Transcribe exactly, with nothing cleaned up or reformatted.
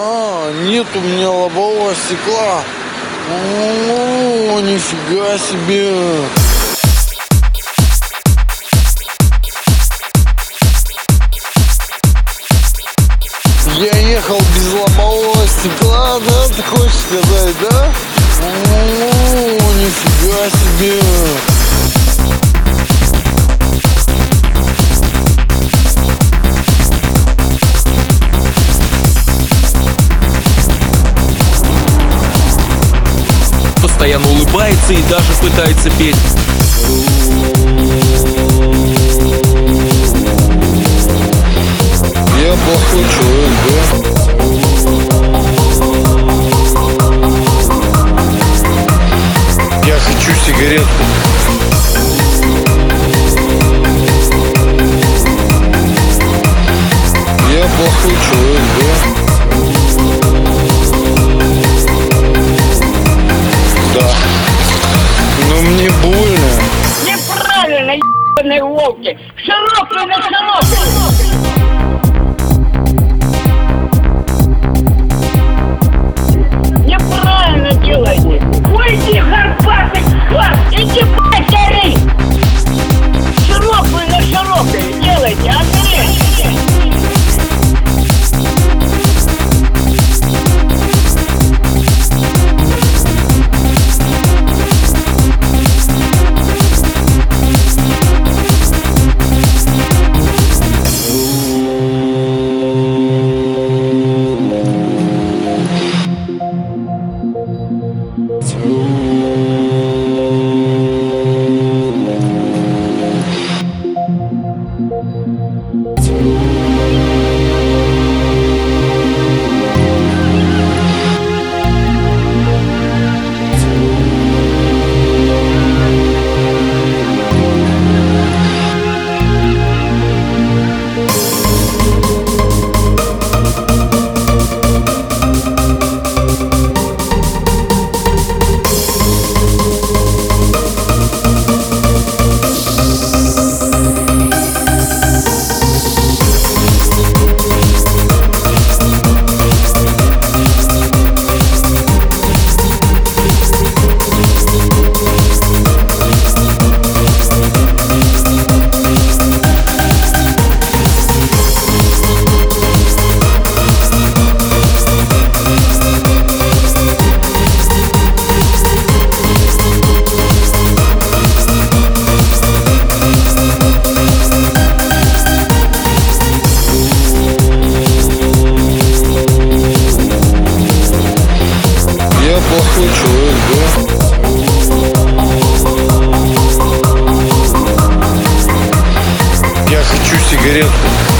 А, нет у меня лобового стекла. О, нифига себе. Я ехал без лобового стекла, да, ты хочешь сказать, да? О, нифига себе. Постоянно улыбается и даже пытается петь. Я плохой человек, да? Я хочу сигаретку. Я плохой человек, да? Да. Но мне больно. Неправильно, ебаные волки! Широкую на широкую! Неправильно делаете! Уйди, горбатый класс! Иди, блядь, гори! Широкую на широкую делайте, Андрей! Я плохой человек, да? Я хочу сигаретку.